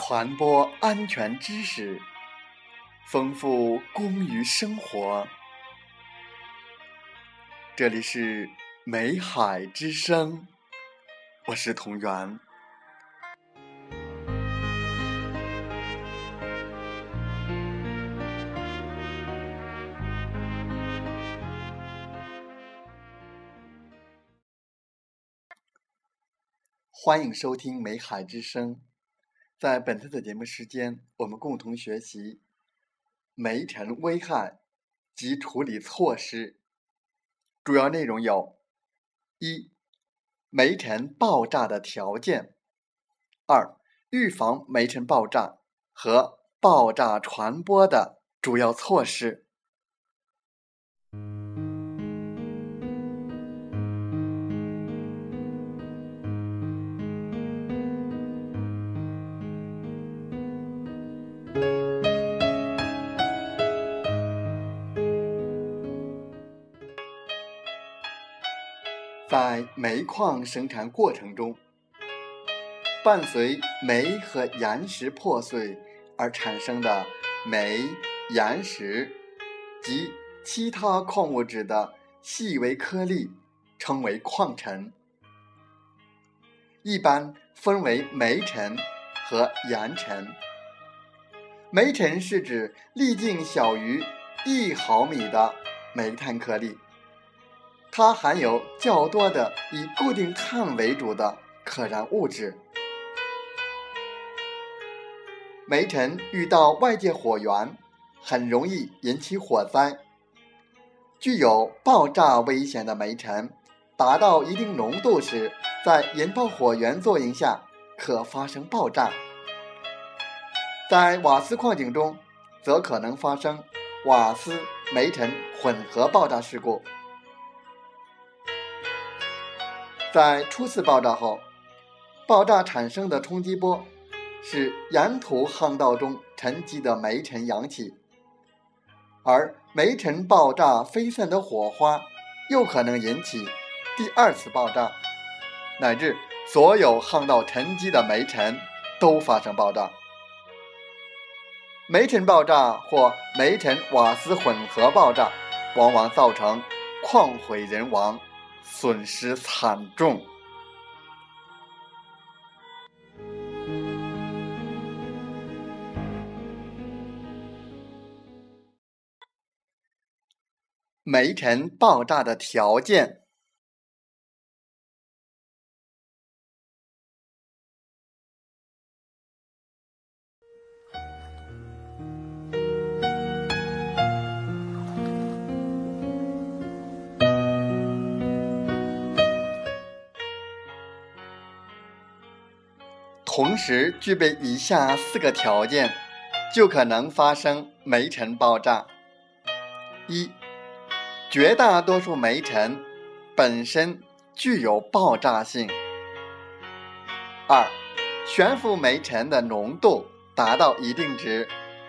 传播安全知识，丰富公寓生活。这里是美海之声，我是同源。欢迎收听美海之声。在本次的节目时间，我们共同学习煤尘危害及处理措施。主要内容有：一、煤尘爆炸的条件；二、预防煤尘爆炸和爆炸传播的主要措施。在煤矿生产过程中，伴随煤和岩石破碎而产生的煤、岩石及其他矿物质的细微颗粒称为矿尘，一般分为煤尘和岩尘。煤尘是指粒径小于1毫米的煤炭颗粒，它含有较多的以固定碳为主的可燃物质。煤尘遇到外界火源，很容易引起火灾。具有爆炸危险的煤尘达到一定浓度时，在引爆火源作用下可发生爆炸。在瓦斯矿井中，则可能发生瓦斯煤尘混合爆炸事故。在初次爆炸后，爆炸产生的冲击波使沿途巷道中沉积的煤尘扬起，而煤尘爆炸飞散的火花又可能引起第二次爆炸，乃至所有巷道沉积的煤尘都发生爆炸。煤尘爆炸或煤尘瓦斯混合爆炸往往造成矿毁人亡，损失惨重。煤尘爆炸的条件。同时具备以下4个条件，就可能发生煤尘爆炸。一、绝大多数煤尘本身具有爆炸性。二、悬浮煤尘的浓度达到一定值。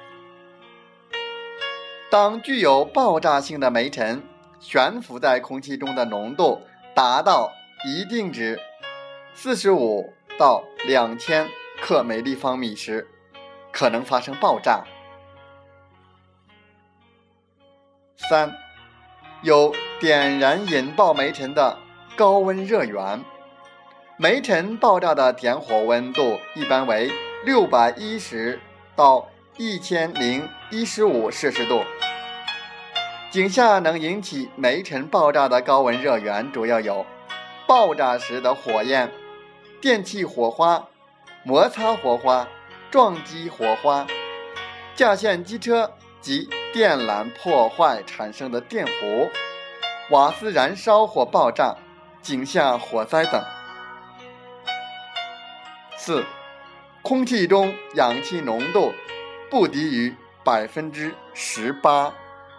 当具有爆炸性的煤尘悬浮在空气中的浓度达到一定值，45到2000克每立方米时，可能发生爆炸。3、有点燃引爆煤尘的高温热源。煤尘爆炸的点火温度一般为610到1015摄氏度。井下能引起煤尘爆炸的高温热源主要有爆炸时的火焰、电气火花、摩擦火花、撞击火花、架线机车及电缆破坏产生的电弧、瓦斯燃烧或爆炸、井下火灾等。4、空气中氧气浓度不低于18%。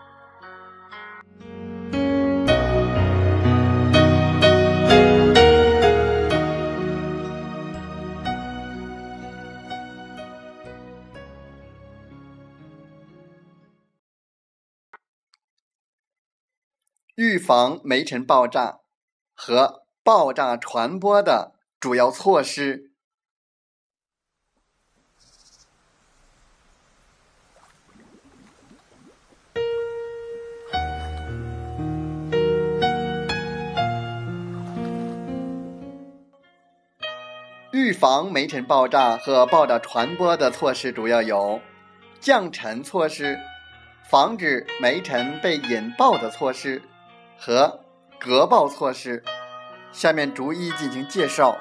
预防煤尘爆炸和爆炸传播的主要措施。 预防煤尘爆炸和爆炸传播的措施主要有降尘措施、防止煤尘被引爆的措施和隔爆措施。下面逐一进行介绍。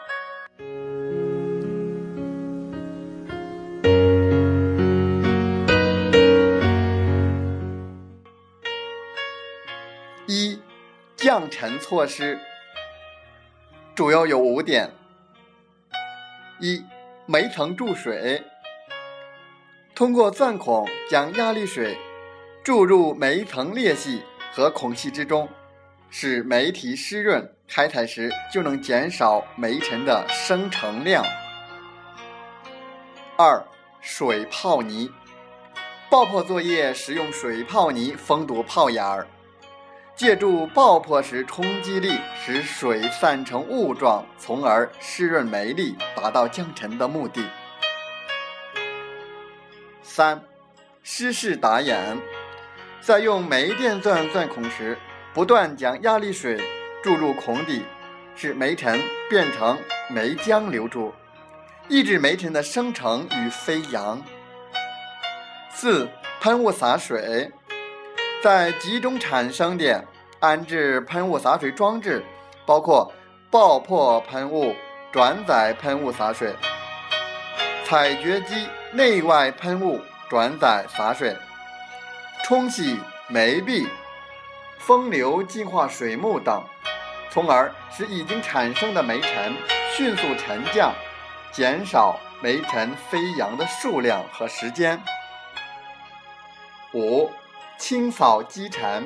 一、降尘措施主要有5点。一、煤层注水，通过钻孔将压力水注入煤层裂隙和孔隙之中，使煤体湿润，开采时就能减少煤尘的生成量。2、水泡泥，爆破作业使用水泡泥封堵泡眼儿，借助爆破时冲击力使水散成雾状，从而湿润煤粒，达到降尘的目的。3、湿式打眼，在用煤电钻钻孔时，不断将压力水注入孔底，使煤尘变成煤浆流出，抑制煤尘的生成与飞扬。4、喷雾洒水，在集中产生点安置喷雾洒水装置，包括爆破喷雾、转载喷雾洒水、采掘机内外喷雾转载洒水，冲洗煤壁、风流净化水幕等，从而使已经产生的煤尘迅速沉降，减少煤尘飞扬的数量和时间。5、清扫积尘，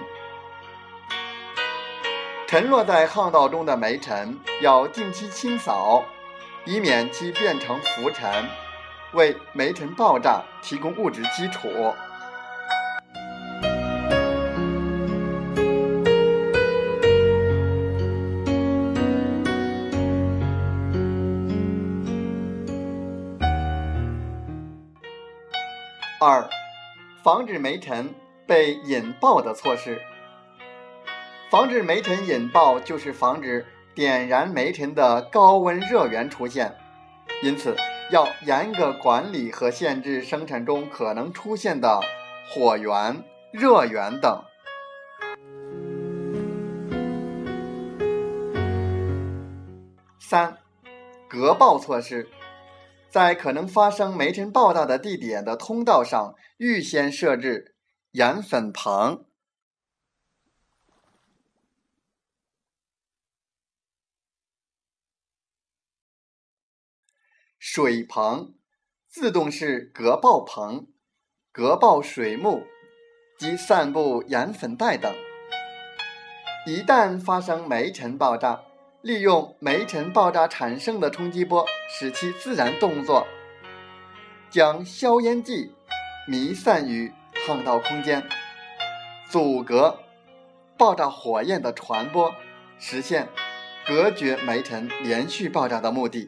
沉落在巷道中的煤尘要定期清扫，以免其变成浮尘，为煤尘爆炸提供物质基础。2、防止煤尘被引爆的措施。防止煤尘引爆就是防止点燃煤尘的高温热源出现，因此要严格管理和限制生产中可能出现的火源、热源等。3、隔爆措施，在可能发生煤尘爆炸的地点的通道上预先设置盐粉棚。水棚，自动式隔爆棚、隔爆水幕及散布盐粉袋等。一旦发生煤尘爆炸，利用煤尘爆炸产生的冲击波使其自然动作，将硝烟剂弥散于巷道空间，阻隔爆炸火焰的传播，实现隔绝煤尘连续爆炸的目的。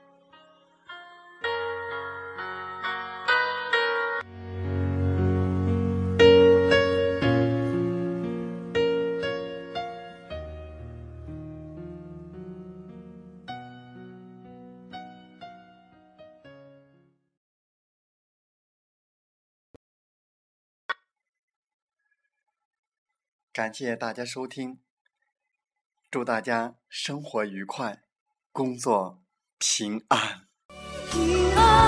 感谢大家收听，祝大家生活愉快，工作平安。